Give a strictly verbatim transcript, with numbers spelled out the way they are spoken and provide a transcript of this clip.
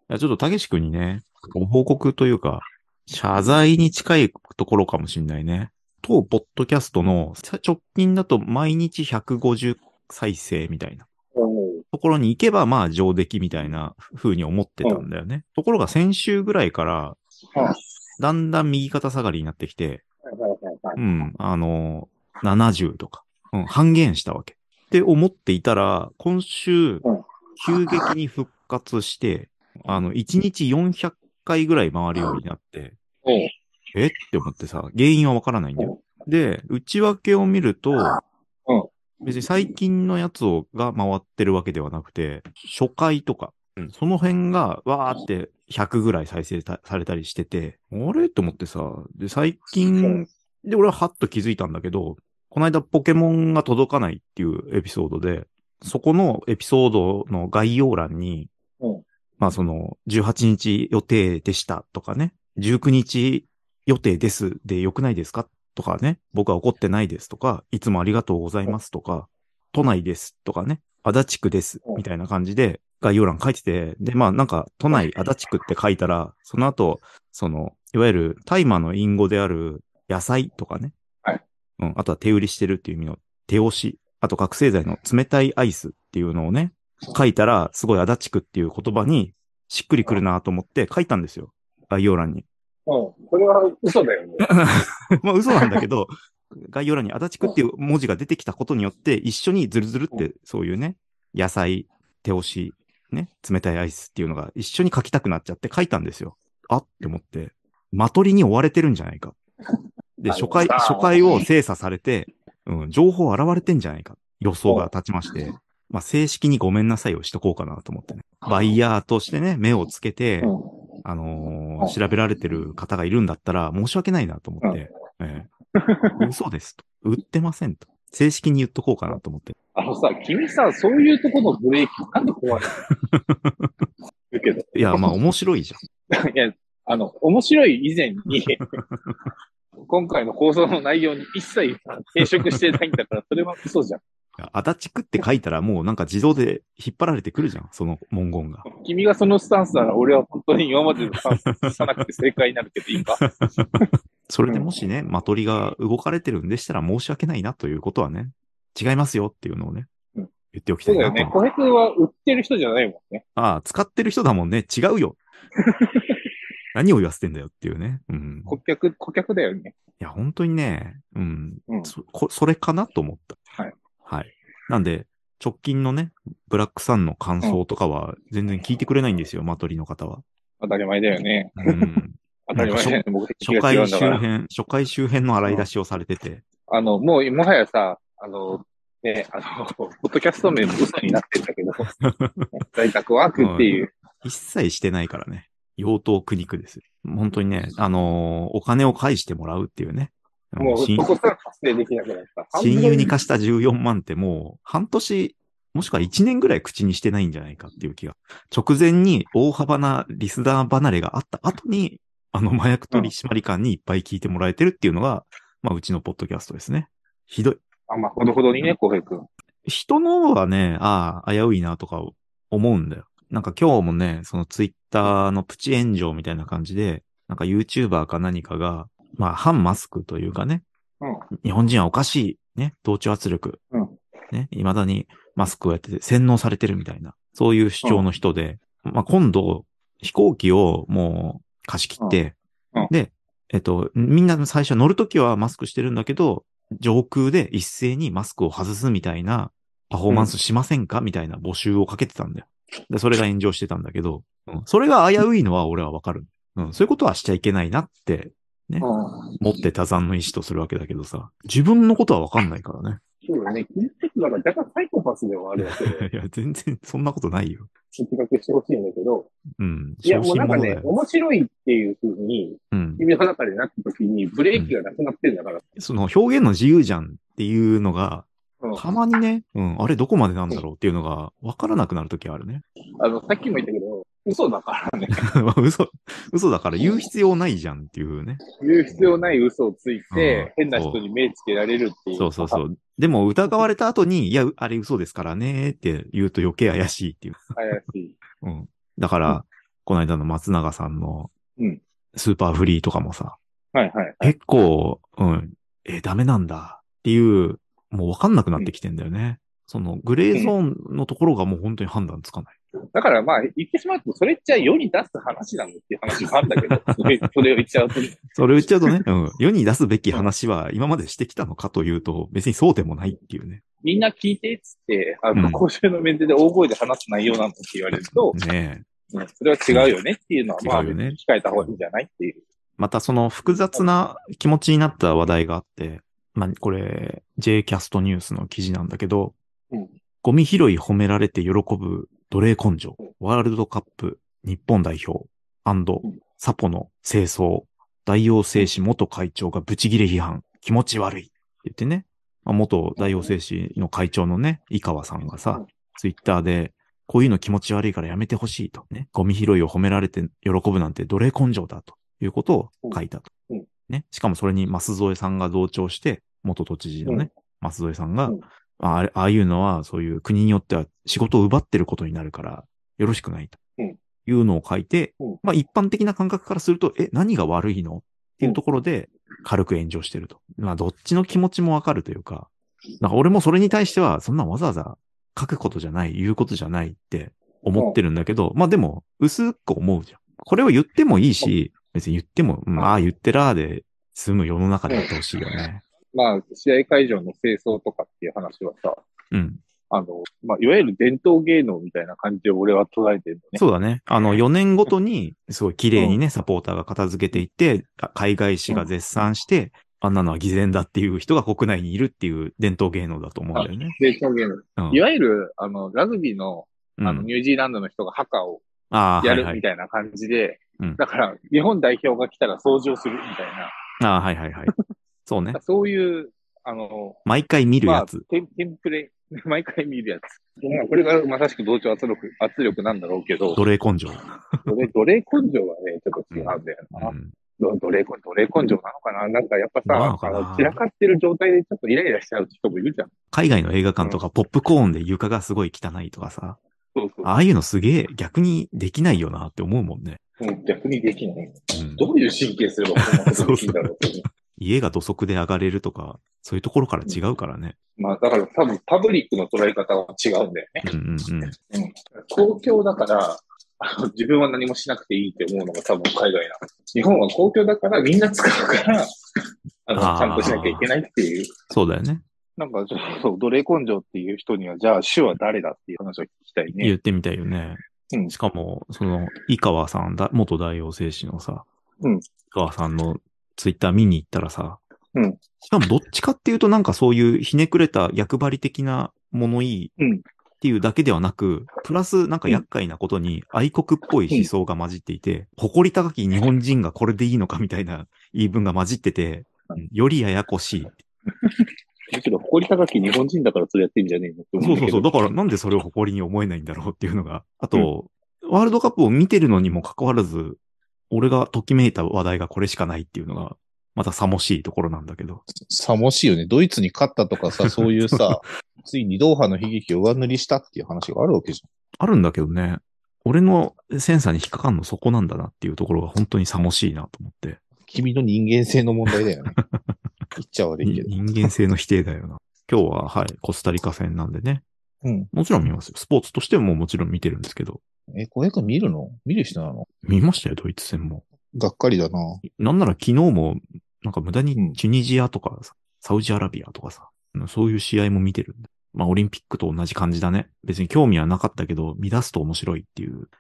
や、ちょっとたけし君にね、ご報告というか、謝罪に近いところかもしんないね。当ポッドキャストの直近だと毎日ひゃくごじゅう再生みたいなうん。 ところに行けばまあ上出来みたいな風に思ってうん。 たんだよね。ところが先週ぐらいからはい。 だんだん右肩下がりになってきて、 はいはいはいはい。 うん、あの、ななじゅうとか、うん、半減したわけ。って思っていたら、今週、 うん。 急激に復活して、あの、いちにちよんひゃっかいぐらい回るようになって、 うん。 えって思ってさ、原因はわからないんだよ。で、内訳を見ると、 うん。 別に最近のやつをが回ってるわけではなくて、初回とか、うん、その辺がわーってひゃくぐらい再生されたりしてて、あれって思ってさ、で、最近、で、俺はハッと気づいたんだけど、この間ポケモンが届かないっていうエピソードで、そこのエピソードの概要欄に、 うん。 まあその、じゅうはちにち予定でしたとかね、じゅうくにち予定ですでよくないですかとかね、僕は怒ってないですとか、いつもありがとうございますとか、都内ですとかね、足立区ですうん。 みたいな感じで概要欄書いてて、で、まあなんか都内足立区って書いたら、その後、その、いわゆる大麻の隠語である野菜とかね、 はい。 うん、あとは手売りしてるっていう意味の手押し、あと覚醒剤の冷たいアイスっていうのをね、書いたら、すごい足立区っていう言葉にしっくりくるなと思って書いたんですよ。概要欄に。 うん。それは嘘だよね。 まあ嘘なんだけど、概要欄に足立区っていう文字が出てきたことによって、一緒にズルズルっうん。 てそういうね、野菜、手押し、ね、冷たいアイスっていうのが一緒に書きたくなっちゃって書いたんですよ。あって思って、マトリに追われてるんじゃないか。で、 あ初回、 のさ、 初回を精査されて、うん、情報現れてんじゃないか。予想がう立ちまして、まあ、正式にごめんなさいをしとこうかなと思ってね。バイヤーとしてね、目をつけん。うて、 ん。 あのーうん。 調べられてる方がいるんだったら、申し訳ないなと思っうん。 て、えー嘘ですと。売ってませんと。正式に言っとこうかなと思って。 あのさ、君さ、そういうとこのブレーキなんで壊れるけど。 いや、まあ、面白いじゃん。 いや、あの、面白い以前に、今回の放送の内容に一切抵触してないんだから、それは嘘じゃん。 いや足立区って書いたらもうなんか自動で引っ張られてくるじゃん。その文言が。 君がそのスタンスなら、俺は本当に今までのスタンスを崩さなくて正解になるけどいいか？ それうん。 でもしね、マトリが動かれてるんでしたら申し訳ないなということはね、違いますよっていうのをね、 うん。 言っておきたそうだよね。 いなと思って。 小平君は売ってる人じゃないもんね。 ああ、使ってる人だもんね。違うよ。何を言わせてんだよっていうね。うん。 顧客、顧客だよね。 いや、本当にね、うん。 うん。 そ、こそれかなと思った。 はい。 はい。なんで、直近のね、ブラックさんの感うん。 想とかは全然聞いてくれないんですよ、マトリの方は。 当たり前だよね。 うん。 当たなんか初、 り前だよね。目的が違初回うんだから。 周辺、初回周辺の洗いうん。 出しをされてて、 あの、もう、もはやさ、あの、ね、あの、ポッドキャスト名も嘘になってんだけど、在宅ワーうん。 クっていう、 一切してないからね。妖刀苦肉です。本当にね、あのーお金を返してもらうっていうね。うん、 もうそ親こすら達成できなくなった。半親友に分、 貸したじゅうよんまんってもう半年、もしくはいちねんぐらい口にしてないんじゃないかっていう気が。直前に大幅なリスナー離れがあった後に、あの麻薬うん。 取締官にいっぱい聞いてもらえてるっていうのが、まあうちのポッドキャストですね。ひどい。 あ、まあ、ほどほどにね、浩平君。 人のはね、ああ、危ういなとか思うんだよ。なんか今日もね、そのツイッターのプチ炎上みたいな感じで、なんか YouTuber か何かが、まあ反マスクというかね、 うん。 日本人はおかしい、ね、同調圧力、 うん。 ね、未だにマスクをやってて洗脳されてるみたいな、そういう主うん。 張の人で、まあ今度、飛行機をもう貸し切っうん。 て、 うん。 で、えっと、みんな最初乗るときはマスクしてるんだけど、上空で一斉にマスクを外すみたいなパフォーうん。 マンスしませんかみたいな募集をかけてたんだよ。で、それが炎上してたんだけど、うん、それが危ういのは俺はわかる。うん、そういうことはしちゃいけないなって、ね、 うん。 持って多山の意思とするわけだけどさ、自分のことはわかんないからね。 そうだね。キリスト教だから若干サイコパスではあるわけで、 いや、全然そんなことないよ。 自覚してほしいんだけど、 うん、 いや、 小もうなんかね、 心者だよ。 面白いっていう風に、 うん、 君の中でなった時に、ブレうん。 ーキがなくなってんだから。 その表現の自由じゃんっていうのが、 うん。 たまにね、うん、あれどこまでなんだろうっていうのが分からなくなるときあるね。 あの、さっきも言ったけど、嘘だからね。 嘘、嘘だから言う必要ないじゃんっていうね。 言う必要ない嘘をついうん、 て、変な人そう。 に目つけられるっていうさ、 そうそうそう。でも疑われた後に、いや、あれ嘘ですからねって言うと余計怪しいっていう。 怪しい。 うん。だかうん。 ら、 この間の松永さんのうん。 スーパーフリーとかもさ、 はいはいはい。 結構、うん、え、ダメなんだっていう、もうわかんなくなってきてんだよね。そのグレーゾーンのところがもう本当に判断つかない。 だからまあ、言ってしまうと、それっちゃ世に出す話なのっていう話もあるんだけど、それそれを言っちゃうとね。 それを言っちゃうとね、うん、世に出すべき話は今までしてきたのかというと、別にそうでもないっていうね。 みんな聞いてっつって、あの、 うん公衆のメンテで大声で話す内容なのって言われると、 ねうんそれは違うよねっていうのは、まあ、 違うよね控えた方がいいんじゃないっていう。 またその複雑な気持ちになった話題があって、まあ、これ、J キャストニュースの記事なんだけど、 うん。 ゴミ拾い褒められて喜ぶ奴隷根性、ワールドカップ日本代表、サポの清掃、大王製紙元会長がブチギレ批判、気持ち悪いって言ってね、まあ、元大王製紙の会長のね、井川さんがさ、ツイッターで、こういうの気持ち悪いからやめてほしいとね、ゴミ拾いを褒められて喜ぶなんて奴隷根性だということを書いたと。 うんね、しかもそれに舛添さんが同調して、元都知事のね、舛添さんが、 うんあああいうのはそういう国によっては仕事を奪ってることになるからよろしくないとうんいうのを書いて、 うんまあ一般的な感覚からすると、え、何が悪いのっていうところで軽く炎上してると。まあどっちの気持ちもわかるというか、なんか俺もそれに対してはそんなわざわざ書くことじゃない、言うことじゃないって思ってるんだけど、まあでも薄く思うじゃん。これを言ってもいいし、別に言っても、うん、ああ言ってらーで済む世の中でやってほしいよね。 まあ、試合会場の清掃とかっていう話はさ、 うん。 あの、まあ、いわゆる伝統芸能みたいな感じで俺は捉えてるのね。 そうだね。あの、よねんごとに、すごい綺麗にね、サポーターが片付けていって、海外紙が絶賛して、あんなのは偽善だっていう人が国内にいるっていう伝統芸能だと思うんだよね。 伝統芸能。 うん。 いわゆる、あの、ラグビーの、あの、 うん、 ニュージーランドの人がハカをああ、 やはいはい。 るみたいな感じで、 うん。 だから、日本代表が来たら掃除をするみたいな、 ああ、はいはいはい。そうね。 そういう、あの、 毎回見るまあ、 やつ。 テンテンプレ、毎回見るやつ。まあ、これがまさしく同調圧力、圧力なんだろうけど、 奴隷根性。 奴隷、奴隷根性はね、ちょっと違うんだよな。 うん。 ど奴隷根、奴隷根性なのかななんかやっぱさ、 どうなのかなあの、散らかってる状態でちょっとイライラしちゃう人もいるじゃん。 海外の映画館とかポップコーンで床がすごい汚いとかさ、 そうそう。 ああいうのすげえ逆にできないよなって思うもんね。 うん、逆にできない。 うん。 どういう神経すればこんなことできるんだろうって。 家が土足で上がれるとか、そういうところから違うからね。 まあ、だから多分パブリックの捉え方は違うんだよね。 うんうんうん。 うん。公共だから、あの自分は何もしなくていいって思うのが多分海外なの。日本は公共だからみんな使うから、あの、 あーちゃんとしなきゃいけないっていう。 そうだよね。 なんか、そう、奴隷根性っていう人には、じゃあ主は誰だっていう話を聞きたいね。 言ってみたいよね。 うんしかも、その、井川さんだ、元大王製紙のさ、 うん井川さんのツイッター見に行ったらさ、 うんしかもどっちかっていうとなんかそういうひねくれた役張り的な物言いうんっていうだけではなく、プラスなんか厄介なことに愛国っぽい思想が混じっていて、誇り高き日本人がこれでいいのかみたいな言い分が混じってて、よりややこしい。 むしろ誇り高き日本人だからそれやってんじゃねえのって思そううんそうそう。 だけど。 だからなんでそれを誇りに思えないんだろうっていうのが。あと、ワールドカップを見てるのにもかかわらず、俺がときめいた話題がこれしかないっていうのが、また寂しいところなんだけど。 さもしいよね。ドイツに勝ったとかさ、そういうさ、ついにドーハの悲劇を上塗りしたっていう話があるわけじあるんだけどね。俺のセンサーに引っかかんのそこなんだなっていうところが本当に寂しいなと思って。 ゃん。君の人間性の問題だよね。言っちゃ悪いけど。 人間性の否定だよな。今日は、はい、コスタリカ戦なんでね。 うん。 もちろん見ますよ。スポーツとしてももちろん見てるんですけど。 え、小平君見るの見る人なの？ 見ましたよ、ドイツ戦も。 がっかりだな。 なんなら昨日も、なんか無駄うんにチュニジアとかさ、サウジアラビアとかさ、そういう試合も見てるんで。まあ、オリンピックと同じ感じだね。別に興味はなかったけど、見出すと面白いっていう